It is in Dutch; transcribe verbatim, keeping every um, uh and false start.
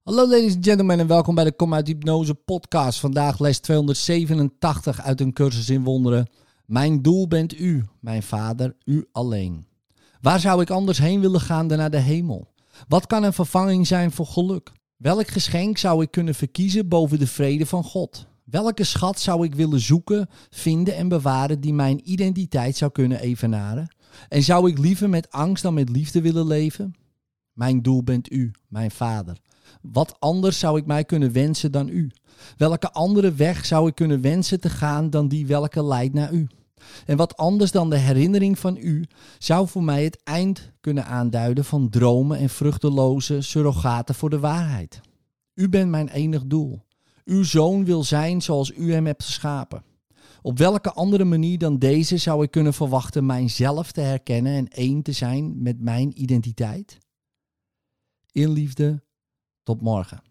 Hallo ladies and gentlemen en welkom bij de Kom uit Hypnose podcast. Vandaag les tweehonderdzevenentachtig uit een cursus in wonderen. Mijn doel bent u, mijn vader, u alleen. Waar zou ik anders heen willen gaan dan naar de hemel? Wat kan een vervanging zijn voor geluk? Welk geschenk zou ik kunnen verkiezen boven de vrede van God? Welke schat zou ik willen zoeken, vinden en bewaren die mijn identiteit zou kunnen evenaren? En zou ik liever met angst dan met liefde willen leven? Mijn doel bent u, mijn vader. Wat anders zou ik mij kunnen wensen dan u? Welke andere weg zou ik kunnen wensen te gaan dan die welke leidt naar u? En wat anders dan de herinnering van u zou voor mij het eind kunnen aanduiden van dromen en vruchteloze surrogaten voor de waarheid. U bent mijn enig doel. Uw zoon wil zijn zoals u hem hebt geschapen. Op welke andere manier dan deze zou ik kunnen verwachten mijzelf te herkennen en één te zijn met mijn identiteit? In liefde, tot morgen.